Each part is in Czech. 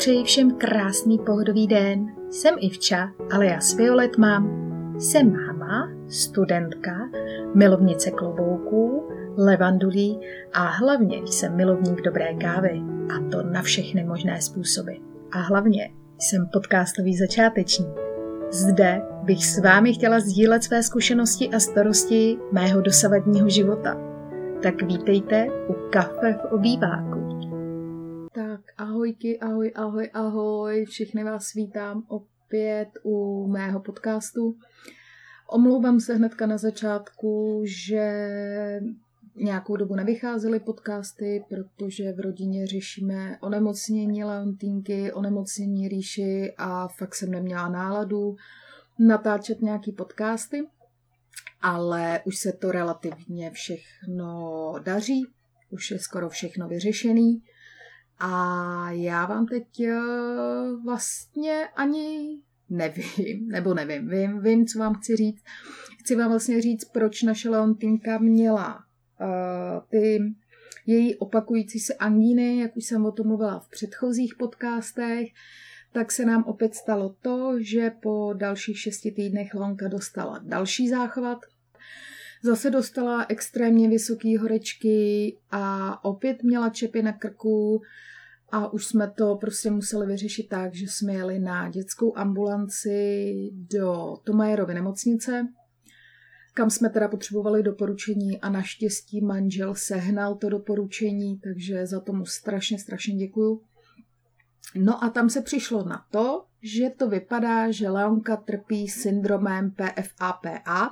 Přeji všem krásný pohodový den. Jsem Ivča, alias Violet mám. Jsem máma, studentka, milovnice klobouků, levandulí a hlavně jsem milovník dobré kávy. A to na všechny možné způsoby. A hlavně jsem podcastový začátečník. Zde bych s vámi chtěla sdílet své zkušenosti a starosti mého dosavadního života. Tak vítejte u Kafe v obýváku. Tak ahojky, ahoj, všichni vás vítám opět u mého podcastu. Omlouvám se hnedka na začátku, že nějakou dobu nevycházely podcasty, protože v rodině řešíme onemocnění Leontýnky, onemocnění Ríši a fakt jsem neměla náladu natáčet nějaký podcasty, ale už se to relativně všechno daří, už je skoro všechno vyřešený a já vám teď vlastně ani vím, co vám chci říct. Chci vám vlastně říct, proč naše Leontýnka měla ty její opakující se angíny, jak už jsem o tom mluvila v předchozích podcastech, tak se nám opět stalo to, že po dalších 6 týdnech Leonka dostala další záchvat. Zase dostala extrémně vysoké horečky a opět měla čepy na krku a už jsme to prostě museli vyřešit tak, že jsme jeli na dětskou ambulanci do Thomayerovy nemocnice, kam jsme teda potřebovali doporučení a naštěstí manžel sehnal to doporučení, takže za tomu strašně děkuju. No a tam se přišlo na to, že to vypadá, že Leonka trpí syndromem PFAPA.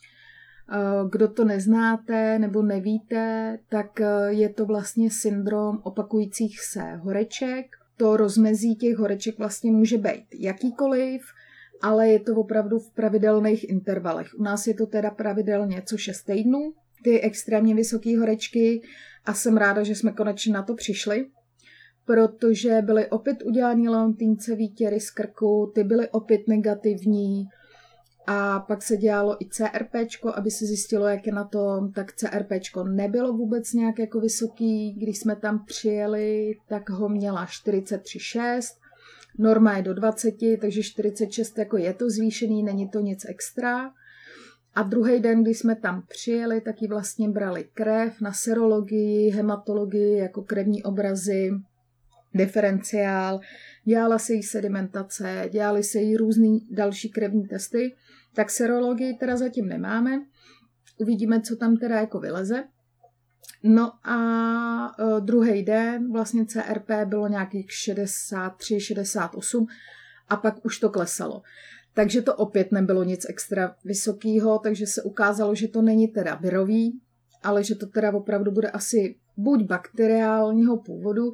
Kdo to neznáte nebo nevíte, tak je to vlastně syndrom opakujících se horeček. To rozmezí těch horeček vlastně může být jakýkoliv, ale je to opravdu v pravidelných intervalech. U nás je to teda pravidelně co 6 týdnů, ty extrémně vysoké horečky a jsem ráda, že jsme konečně na to přišli, protože byly opět udělané Leontýnce výtěry z krku, ty byly opět negativní a pak se dělalo i CRPčko, aby se zjistilo, jak je na tom, tak CRPčko nebylo vůbec nějak jako vysoký, když jsme tam přijeli, tak ho měla 43,6, norma je do 20, takže 46 jako je to zvýšený, není to nic extra. A druhý den, když jsme tam přijeli, tak ji vlastně brali krev na serologii, hematologii, jako krevní obrazy, diferenciál, dělala se jí sedimentace, dělaly se jí různý další krevní testy, tak serologii teda zatím nemáme, uvidíme, co tam teda jako vyleze. No a druhý den vlastně CRP bylo nějakých 63, 68 a pak už to klesalo. Takže to opět nebylo nic extra vysokého, takže se ukázalo, že to není teda virový, ale že to teda opravdu bude asi buď bakteriálního původu,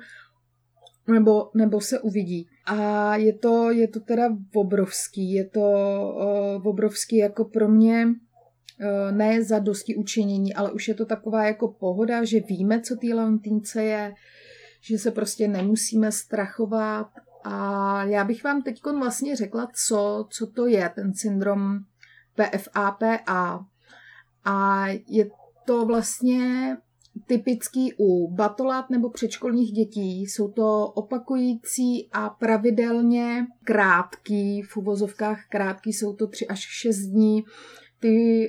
nebo se uvidí. A je to teda obrovský, je to obrovský jako pro mě, ne za dosti učinění, ale už je to taková jako pohoda, že víme, co té Leontýnce je, že se prostě nemusíme strachovat a já bych vám teď vlastně řekla, co to je ten syndrom PFAPA a je to vlastně typický u batolat nebo předškolních dětí. Jsou to opakující a pravidelně krátký, v uvozovkách krátký, jsou to 3 až 6 dní, ty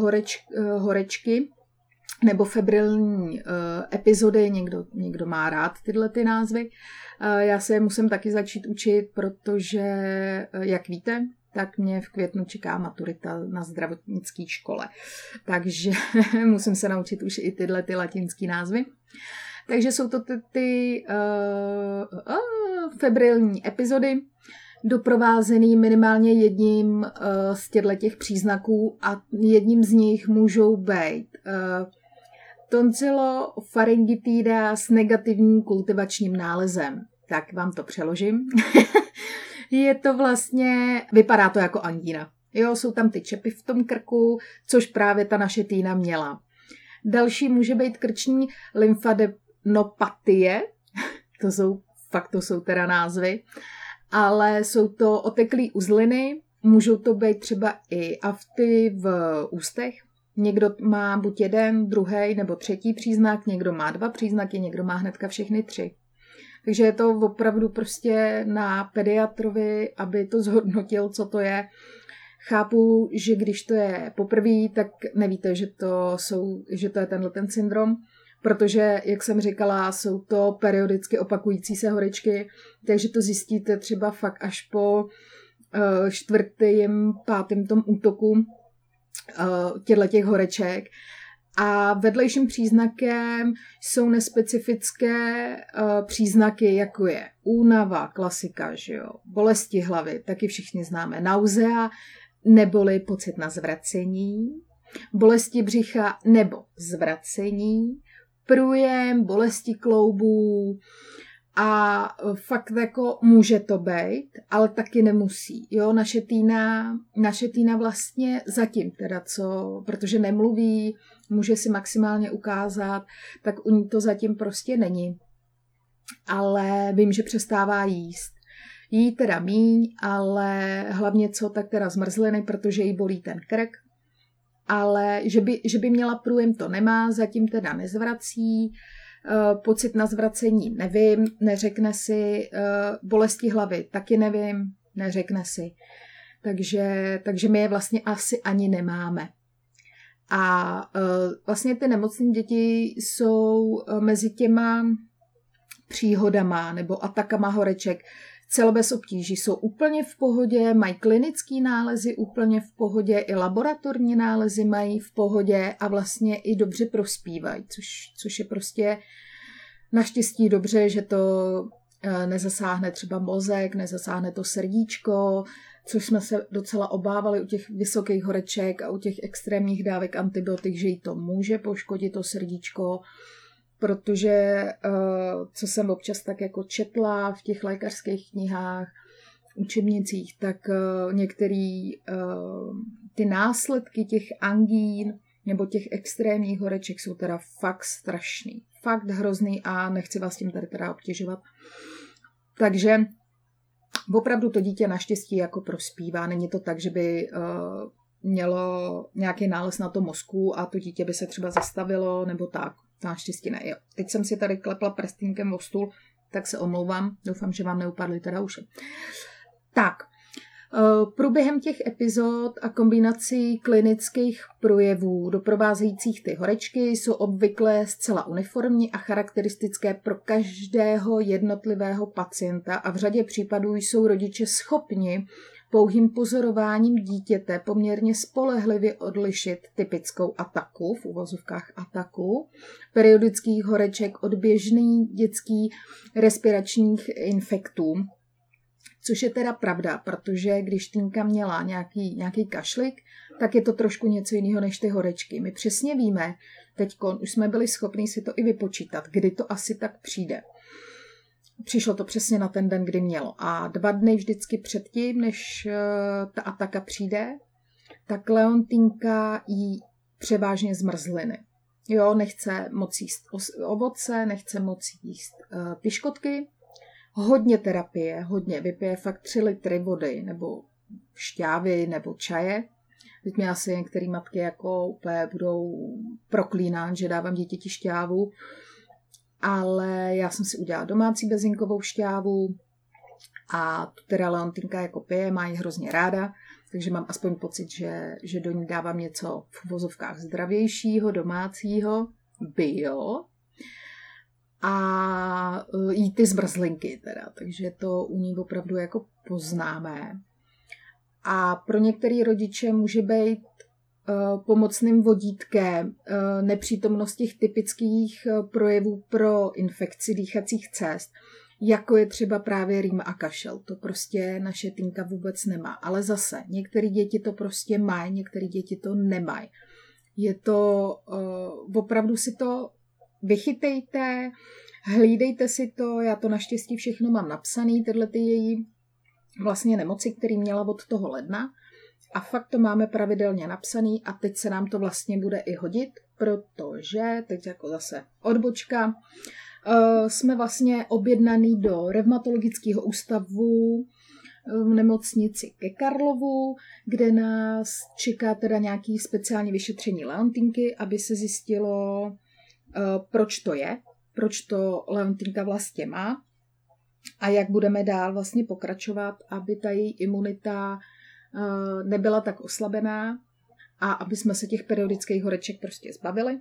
horečky nebo febrilní epizody, někdo má rád tyhle ty názvy. Já se je musím taky začít učit, protože, jak víte, tak mě v květnu čeká maturita na zdravotnické škole. Takže musím se naučit už i tyhle ty latinský názvy. Takže jsou to ty febrilní epizody, doprovázený minimálně jedním z těchto příznaků a jedním z nich můžou být tonzilofaryngitida s negativním kultivačním nálezem. Tak vám to přeložím. Je to vlastně, vypadá to jako angína. Jo, jsou tam ty čepy v tom krku, což právě ta naše Týna měla. Další může být krční lymfadenopatie, to jsou teda názvy, ale jsou to oteklý uzliny, můžou to být třeba i afty v ústech. Někdo má buď jeden, druhý nebo třetí příznak, někdo má 2 příznaky, někdo má hnedka všechny 3. Takže je to opravdu prostě na pediatrovi, aby to zhodnotil, co to je. Chápu, že když to je poprvé, tak nevíte, že to je tenhle ten syndrom, protože, jak jsem říkala, jsou to periodicky opakující se horečky, takže to zjistíte třeba fakt až po 4., 5. tom útoku těch horeček. A vedlejším příznakem jsou nespecifické příznaky, jako je únava, klasika, že jo, bolesti hlavy, taky všichni známe, nauzea, neboli pocit na zvracení, bolesti břicha nebo zvracení, průjem, bolesti kloubů a fakt jako může to být, ale taky nemusí. Jo, naše Týna vlastně zatím teda protože nemluví, může si maximálně ukázat, tak u ní to zatím prostě není. Ale vím, že přestává jíst. Jí teda míň, ale hlavně tak teda zmrzliny, protože jí bolí ten krk. Ale že by měla průjem, to nemá, zatím teda nezvrací. Pocit na zvracení nevím, neřekne si. Bolesti hlavy taky nevím, neřekne si. Takže my je vlastně asi ani nemáme. A vlastně ty nemocné děti jsou mezi těma příhodama nebo atakama horeček celo bez obtíží. Jsou úplně v pohodě, mají klinický nálezy úplně v pohodě, i laboratorní nálezy mají v pohodě a vlastně i dobře prospívají, což je prostě naštěstí dobře, že to nezasáhne třeba mozek, nezasáhne to srdíčko, což jsme se docela obávali u těch vysokých horeček a u těch extrémních dávek antibiotik, že jí to může poškodit to srdíčko, protože co jsem občas tak jako četla v těch lékařských knihách, učebnicích, tak některé ty následky těch angín nebo těch extrémních horeček jsou teda fakt strašný, fakt hrozný a nechci vás tím tady teda obtěžovat. Takže opravdu to dítě naštěstí jako prospívá. Není to tak, že by mělo nějaký nález na to mozku a to dítě by se třeba zastavilo nebo tak. Naštěstí ne. Jo. Teď jsem si tady klepla prstínkem o stůl, tak se omlouvám. Doufám, že vám neupadly teda uši. Tak, průběhem těch epizod a kombinací klinických projevů doprovázejících ty horečky jsou obvykle zcela uniformní a charakteristické pro každého jednotlivého pacienta a v řadě případů jsou rodiče schopni pouhým pozorováním dítěte poměrně spolehlivě odlišit typickou ataku, v uvozovkách ataku, periodických horeček od běžných dětských respiračních infektů. Což je teda pravda, protože když Týnka měla nějaký kašlik, tak je to trošku něco jiného než ty horečky. My přesně víme, teďkon už jsme byli schopni si to i vypočítat, kdy to asi tak přijde. Přišlo to přesně na ten den, kdy mělo. A 2 dny vždycky předtím, než ta ataka přijde, tak Leontýnka jí převážně zmrzliny. Jo, nechce moc jíst ovoce, nechce moc jíst piškotky, hodně terapie, hodně, vypije fakt 3 litry vody, nebo šťávy, nebo čaje. Teď mě asi některé matky jako úplně budou proklínat, že dávám dítěti šťávu, ale já jsem si udělala domácí bezinkovou šťávu a tu teda Leontýnka jako pije, má ji hrozně ráda, takže mám aspoň pocit, že do ní dávám něco v uvozovkách zdravějšího, domácího, bio a jí ty zmrzlinky teda, takže to u ní opravdu jako poznáme. A pro některé rodiče může být pomocným vodítkem nepřítomnost těch typických projevů pro infekci dýchacích cest, jako je třeba právě rýma a kašel. To prostě naše Týnka vůbec nemá. Ale zase, některé děti to prostě mají, některé děti to nemají. Je to, opravdu si to vychytejte, hlídejte si to, já to naštěstí všechno mám napsaný, tyhle ty její vlastně nemoci, který měla od toho ledna. A fakt to máme pravidelně napsaný a teď se nám to vlastně bude i hodit, protože, teď jako zase odbočka, jsme vlastně objednaný do revmatologického ústavu v nemocnici ke Karlovu, kde nás čeká teda nějaký speciální vyšetření Leontýnky, aby se zjistilo, proč to je, proč to Leontýnka vlastně má. a jak budeme dál vlastně pokračovat, aby ta její imunita nebyla tak oslabená a aby jsme se těch periodických horeček prostě zbavili.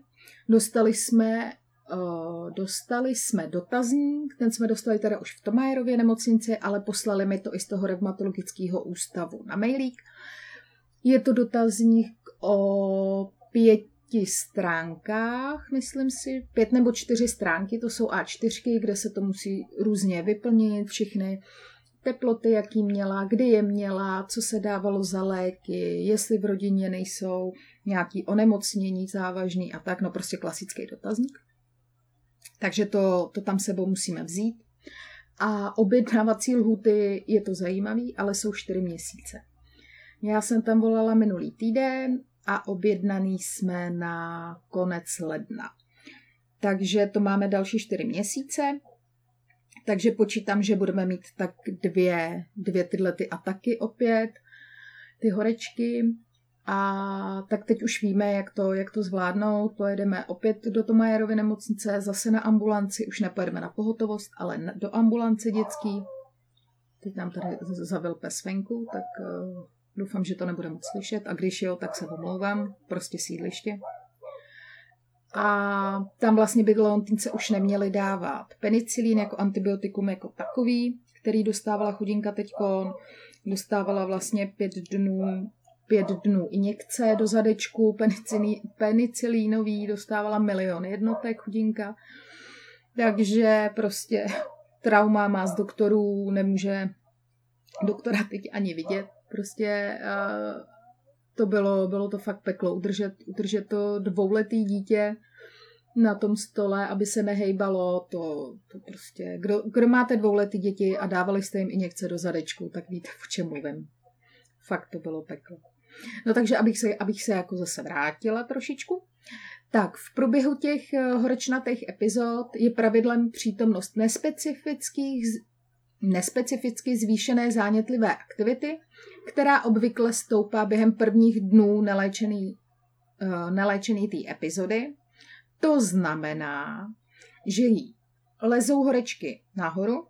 Dostali jsme dotazník, ten jsme dostali teda už v Thomayerově nemocnici, ale poslali mi to i z toho revmatologického ústavu na mailík. Je to dotazník o 5 stránkách, myslím si, 5 nebo 4 stránky, to jsou A4, kde se to musí různě vyplnit, všechny teploty, jaký měla, kdy je měla, co se dávalo za léky, jestli v rodině nejsou nějaký onemocnění závažný a tak, no prostě klasický dotazník. Takže to tam sebou musíme vzít. A objednávací lhůty, je to zajímavý, ale jsou 4 měsíce. Já jsem tam volala minulý týden a objednaný jsme na konec ledna. Takže to máme další 4 měsíce. Takže počítám, že budeme mít tak dvě tyhle ty ataky opět, ty horečky. A tak teď už víme, jak to zvládnout. Pojedeme opět do Thomayerovy nemocnice, zase na ambulanci. Už nepojedeme na pohotovost, ale do ambulance dětský. Teď nám tady zavil pes venku, tak doufám, že to nebude moc slyšet. A když jo, tak se omlouvám. Prostě sídliště. A tam vlastně by Leontýnce už neměli dávat penicilín jako antibiotikum jako takový, který dostávala chudinka teďko. Dostávala vlastně 5 dnů injekce do zadečku, penicilínový, dostávala 1 milion jednotek chudinka. Takže prostě trauma má z doktorů, nemůže doktora teď ani vidět. Prostě to bylo to fakt peklo, udržet to 2letý dítě na tom stole, aby se nehejbalo, to prostě, kdo máte 2letý děti a dávali jste jim injekce do zadečku, tak víte, o čem mluvím. Fakt to bylo peklo. No takže, abych se jako zase vrátila trošičku, tak v průběhu těch horečnatých epizod je pravidlem přítomnost nespecificky zvýšené zánětlivé aktivity, která obvykle stoupá během prvních dnů neléčený té epizody. To znamená, že jí lezou horečky nahoru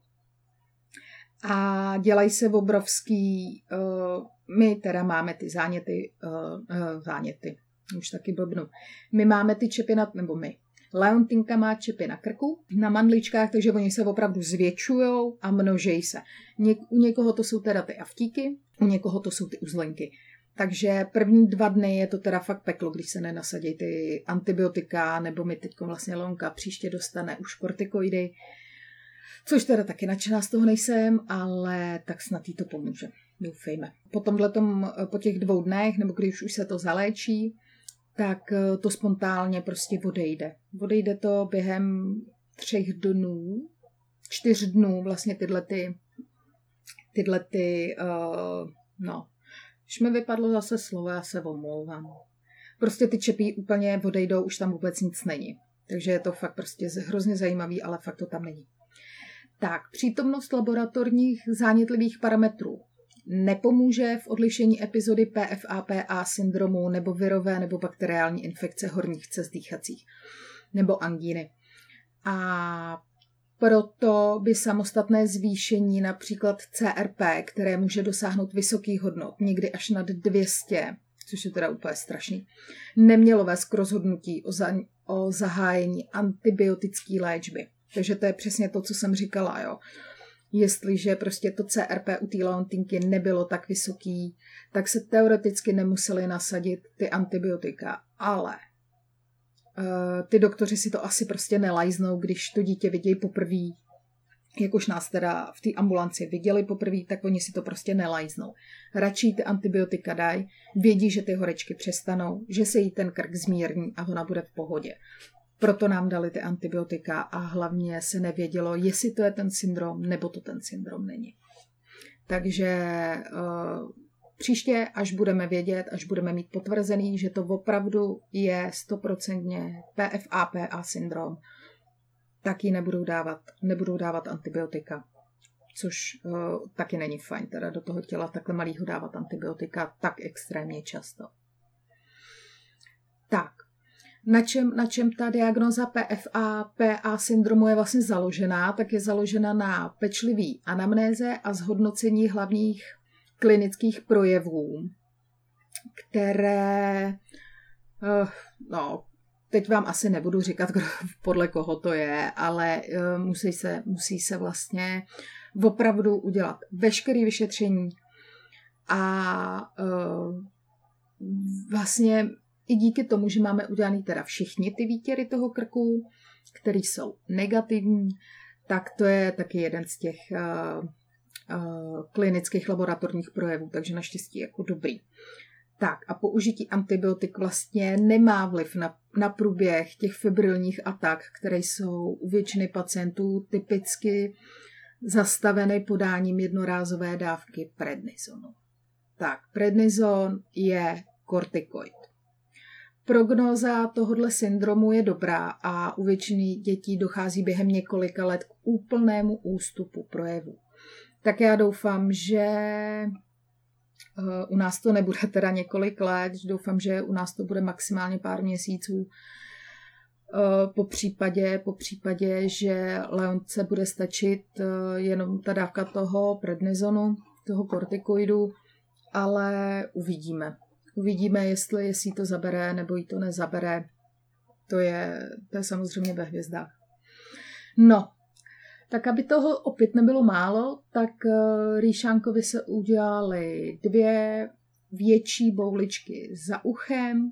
a dělají se obrovský, my teda máme ty záněty, už taky blbnu. My máme ty čepy Leontýnka má čepy na krku, na mandličkách, takže oni se opravdu zvětšujou a množejí se. U někoho to jsou teda ty aftíky, u někoho to jsou ty uzlenky. Takže první 2 dny je to teda fakt peklo, když se nenasadí ty antibiotika, nebo mi teď vlastně Leonka příště dostane už kortikoidy, což teda taky nadšená z toho nejsem, ale tak snad jí to pomůže. Doufejme. Po těch 2 dnech, nebo když už se to zaléčí, tak to spontánně prostě odejde. Odejde to během 3 dnů, 4 dnů vlastně už mi vypadlo zase slovo, já se omlouvám. Prostě ty čepí úplně odejdou, už tam vůbec nic není. Takže je to fakt prostě hrozně zajímavý, ale fakt to tam není. Tak, přítomnost laboratorních zánětlivých parametrů nepomůže v odlišení epizody PFA-PA syndromu nebo virové nebo bakteriální infekce horních cest dýchacích nebo angíny. A proto by samostatné zvýšení například CRP, které může dosáhnout vysokých hodnot, někdy až nad 200, což je teda úplně strašný, nemělo vést k rozhodnutí o zahájení antibiotické léčby. Takže to je přesně to, co jsem říkala, jo. Jestliže prostě to CRP u té Leontýnky nebylo tak vysoký, tak se teoreticky nemuseli nasadit ty antibiotika. Ale ty doktoři si to asi prostě nelajznou, když to dítě vidějí poprvé, jak už nás teda v té ambulanci viděli poprvé, tak oni si to prostě nelajznou. Radši ty antibiotika dají, vědí, že ty horečky přestanou, že se jí ten krk zmírní a ona bude v pohodě. Proto nám dali ty antibiotika a hlavně se nevědělo, jestli to je ten syndrom, nebo to ten syndrom není. Takže příště, až budeme vědět, až budeme mít potvrzený, že to opravdu je 100% PFA-PA syndrom, tak ji nebudou dávat antibiotika. Což taky není fajn, teda do toho těla takhle malýho dávat antibiotika tak extrémně často. Tak. Na čem ta diagnóza PFA syndromu je vlastně založená, tak je založena na pečlivý anamnéze a zhodnocení hlavních klinických projevů, které, teď vám asi nebudu říkat, podle koho to je, ale musí se vlastně opravdu udělat veškeré vyšetření a vlastně i díky tomu, že máme udělaný teda všichni ty výtěry toho krku, které jsou negativní, tak to je taky jeden z těch klinických laboratorních projevů, takže naštěstí jako dobrý. Tak a použití antibiotik vlastně nemá vliv na průběh těch febrilních atak, které jsou u většiny pacientů typicky zastaveny podáním jednorázové dávky prednisonu. Tak, prednison je kortikoid. Prognóza tohoto syndromu je dobrá a u většiny dětí dochází během několika let k úplnému ústupu projevu. Tak já doufám, že u nás to nebude teda několik let, doufám, že u nás to bude maximálně pár měsíců, po případě, že Leonce bude stačit jenom ta dávka toho prednisonu, toho kortikoidu, ale uvidíme. Uvidíme, jestli to zabere, nebo jí to nezabere. To je samozřejmě ve hvězdách. No, tak aby toho opět nebylo málo, tak Rýšánkovi se udělaly 2 větší bouličky za uchem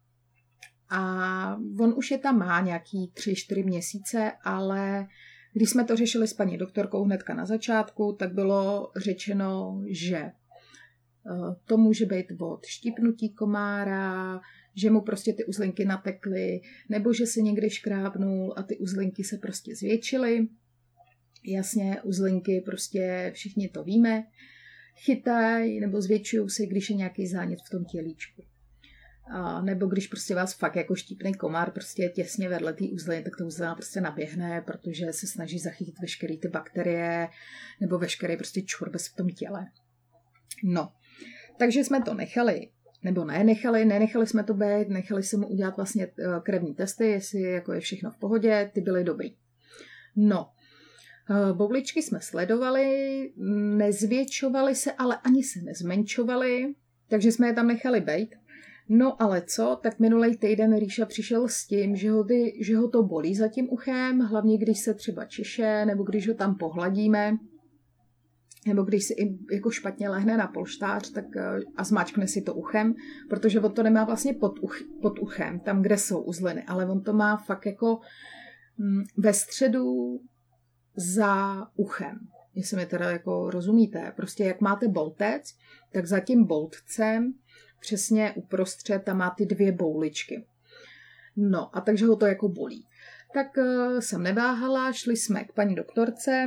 a on už je tam má nějaký 3-4 měsíce, ale když jsme to řešili s paní doktorkou hnedka na začátku, tak bylo řečeno, že to může být od štípnutí komára, že mu prostě ty uzlinky natekly, nebo že se někde škrábnul a ty uzlinky se prostě zvětšily. Jasně, uzlinky prostě všichni to víme, chytají nebo zvětšují se, když je nějaký zánět v tom tělíčku. A nebo když prostě vás fakt jako štípne komár prostě těsně vedle té uzliny, tak to uzlina prostě naběhne, protože se snaží zachytit veškeré ty bakterie nebo veškerý prostě čurbes v tom těle. No, takže jsme to nenechali jsme to být, nechali jsme mu udělat vlastně krevní testy, jestli jako je všechno v pohodě, ty byly dobrý. No, bouličky jsme sledovali, nezvětšovaly se, ale ani se nezmenšovaly, takže jsme je tam nechali být. No ale co, tak minulý týden Ríša přišel s tím, že ho to bolí za tím uchem, hlavně když se třeba češe, nebo když ho tam pohladíme, nebo když si jako špatně lehne na polštář tak, a zmáčkne si to uchem, protože on to nemá vlastně pod uchem, tam, kde jsou uzliny, ale on to má fakt jako ve středu za uchem. Jestli mi teda jako rozumíte. Prostě jak máte boltec, tak za tím boltcem přesně uprostřed tam má ty 2 bouličky. No a takže ho to jako bolí. Tak jsem neváhala, šli jsme k paní doktorce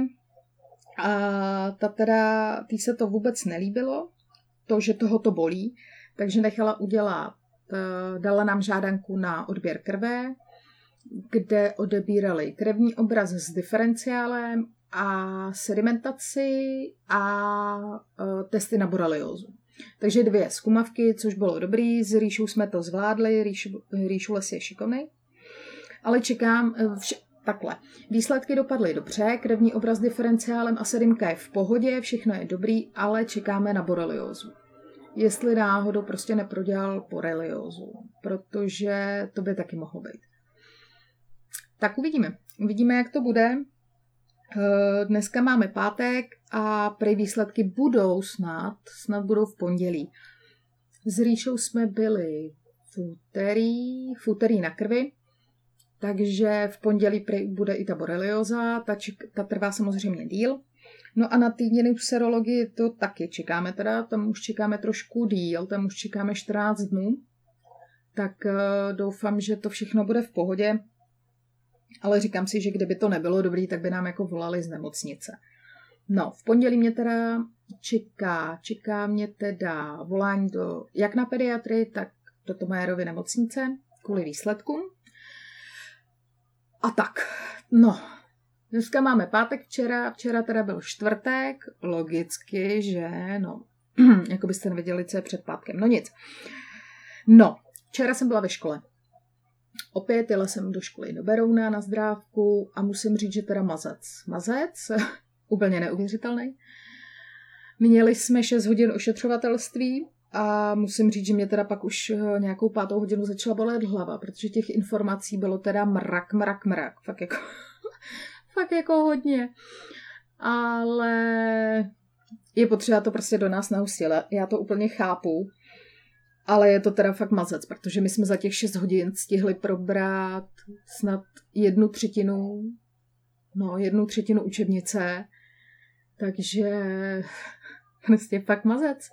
a tý se to vůbec nelíbilo, to, že toho to bolí, takže nechala udělat, dala nám žádanku na odběr krve, kde odebírali krevní obraz s diferenciálem a sedimentaci a testy na boreliózu. Takže 2 zkumavky, což bylo dobrý, s Ríšou jsme to zvládli, Ríšu Les je šikovnej, ale čekám, takhle. Výsledky dopadly dobře, krevní obraz s diferenciálem a sedimka je v pohodě, všechno je dobrý, ale čekáme na boreliózu. Jestli náhodou prostě neprodělal boreliózu, protože to by taky mohlo být. Tak uvidíme. Uvidíme, jak to bude. Dneska máme pátek a prej výsledky budou snad budou v pondělí. S Ríšou jsme byli v úterý na krvi, takže v pondělí prej bude i ta borelióza, ta trvá samozřejmě díl. No a na týdenní serologii to taky čekáme teda, tam už čekáme trošku díl, tam už čekáme 14 dnů, tak doufám, že to všechno bude v pohodě. Ale říkám si, že kdyby to nebylo dobrý, tak by nám jako volali z nemocnice. No, v pondělí mě teda čeká mě teda volání jak na pediatrii, tak do Thomayerovy nemocnice kvůli výsledkům. A tak, no, dneska máme pátek, včera teda byl čtvrtek, logicky, že, no, jako byste nevěděli, co je před pátkem, no nic. No, včera jsem byla ve škole. Opět jela jsem do školy do Berouna na zdrávku a musím říct, že teda mazec, úplně neuvěřitelný. Měli jsme 6 hodin ošetřovatelství a musím říct, že mě teda pak už nějakou 5. hodinu začala bolet hlava, protože těch informací bylo teda mrak. Fakt jako hodně. Ale je potřeba to prostě do nás nahustit. Já to úplně chápu, ale je to teda fakt mazec, protože my jsme za těch 6 hodin stihli probrat snad 1/3 učebnice, takže prostě fakt mazec.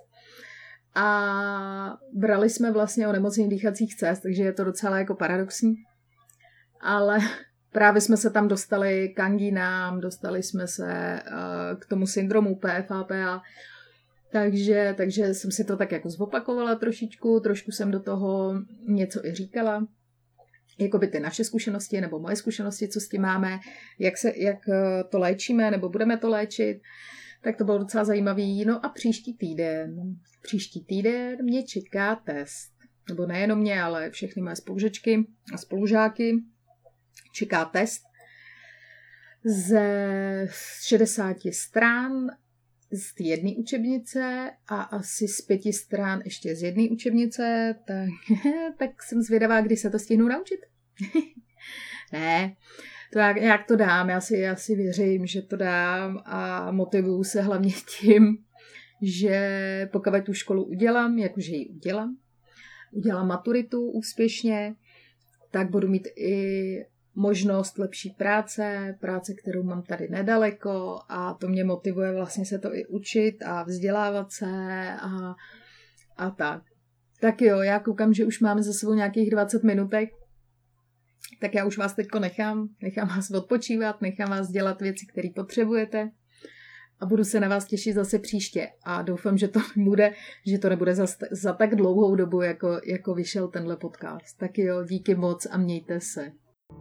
A brali jsme vlastně onemocnění dýchacích cest, takže je to docela jako paradoxní. Ale právě jsme se tam dostali k angínám, dostali jsme se k tomu syndromu PFAPA, takže jsem si to tak jako zopakovala trošku jsem do toho něco i říkala, jako by ty naše zkušenosti nebo moje zkušenosti, co s tím máme, jak to léčíme nebo budeme to léčit, tak to bylo docela zajímavý. No a příští týden mě čeká test, nebo nejenom mě, ale všechny moje spolužečky a spolužáky čeká test ze 60 stran z jedné učebnice a asi z 5 stran ještě z jedné učebnice, tak jsem zvědavá, kdy se to stihnu naučit. Ne, to jak to dám, já si věřím, že to dám a motivuju se hlavně tím, že pokud tu školu udělám, jakože ji udělám maturitu úspěšně, tak budu mít i možnost lepší práce, kterou mám tady nedaleko a to mě motivuje vlastně se to i učit a vzdělávat se a tak. Tak jo, já koukám, že už máme za sebou nějakých 20 minutek, tak já už vás teďko nechám vás odpočívat, nechám vás dělat věci, které potřebujete a budu se na vás těšit zase příště a doufám, že to nebude za tak dlouhou dobu, jako vyšel tenhle podcast. Tak jo, díky moc a mějte se.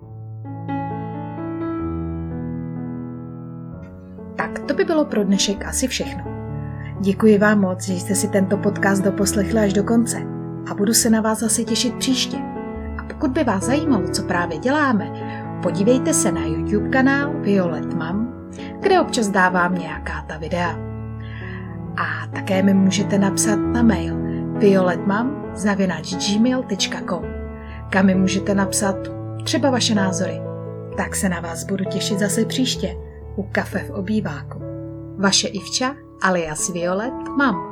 Tak to by bylo pro dnešek asi všechno. Děkuji vám moc, že jste si tento podcast doposlechli až do konce a budu se na vás zase těšit příště. A pokud by vás zajímalo, co právě děláme, podívejte se na YouTube kanál Violet Mum, kde občas dávám nějaká ta videa. A také mi můžete napsat na mail violetmum@gmail.com, kam mi můžete napsat třeba vaše názory. Tak se na vás budu těšit zase příště u kafe v obýváku. Vaše Ivča alias Violet Mum.